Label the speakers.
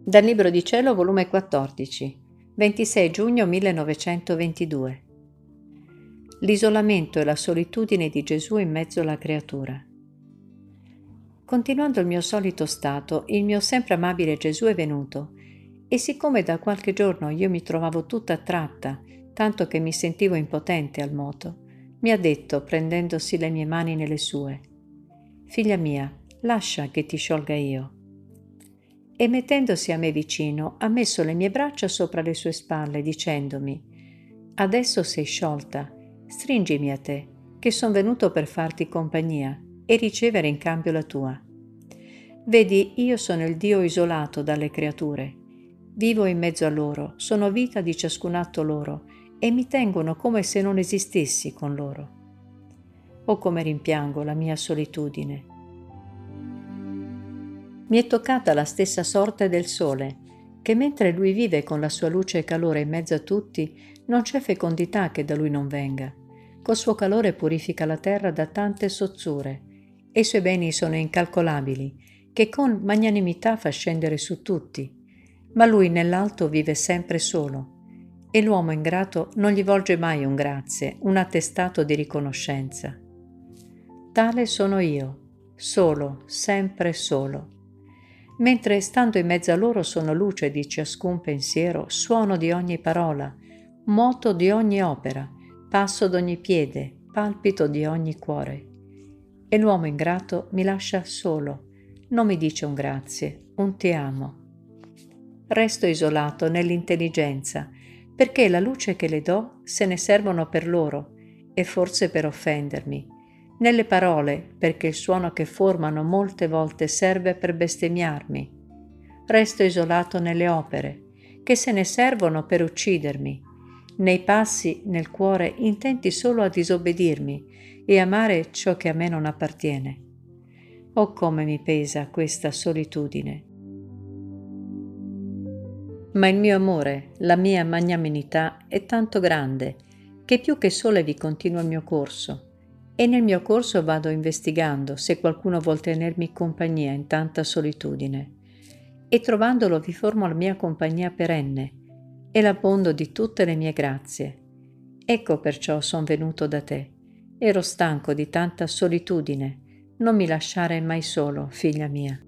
Speaker 1: Dal Libro di Cielo, volume 14, 26 giugno 1922. L'isolamento e la solitudine di Gesù in mezzo alla creatura. Continuando il mio solito stato, il mio sempre amabile Gesù è venuto, e siccome da qualche giorno io mi trovavo tutta attratta, tanto che mi sentivo impotente al moto, mi ha detto, prendendosi le mie mani nelle sue: «Figlia mia, lascia che ti sciolga io». E mettendosi a me vicino, ha messo le mie braccia sopra le sue spalle, dicendomi: «Adesso sei sciolta, stringimi a te, che son venuto per farti compagnia e ricevere in cambio la tua. Vedi, io sono il Dio isolato dalle creature. Vivo in mezzo a loro, sono vita di ciascun atto loro, e mi tengono come se non esistessi con loro. Oh, come rimpiango la mia solitudine! Mi è toccata la stessa sorte del sole, che mentre lui vive con la sua luce e calore in mezzo a tutti, non c'è fecondità che da lui non venga. Col suo calore purifica la terra da tante sozzure, e i suoi beni sono incalcolabili, che con magnanimità fa scendere su tutti. Ma lui nell'alto vive sempre solo, e l'uomo ingrato non gli volge mai un grazie, un attestato di riconoscenza. Tale sono io, solo, sempre solo. Mentre stando in mezzo a loro sono luce di ciascun pensiero, suono di ogni parola, moto di ogni opera, passo d'ogni piede, palpito di ogni cuore. E l'uomo ingrato mi lascia solo, non mi dice un grazie, un ti amo. Resto isolato nell'intelligenza, perché la luce che le do se ne servono per loro, e forse per offendermi, nelle parole, perché il suono che formano molte volte serve per bestemmiarmi. Resto isolato nelle opere, che se ne servono per uccidermi, nei passi, nel cuore, intenti solo a disobbedirmi e amare ciò che a me non appartiene. Oh, come mi pesa questa solitudine! Ma il mio amore, la mia magnanimità è tanto grande, che più che sole vi continuo il mio corso, e nel mio corso vado investigando se qualcuno vuol tenermi compagnia in tanta solitudine, e trovandolo vi formo la mia compagnia perenne e l'abbondo di tutte le mie grazie. Ecco perciò son venuto da te. Ero stanco di tanta solitudine. Non mi lasciare mai solo, figlia mia.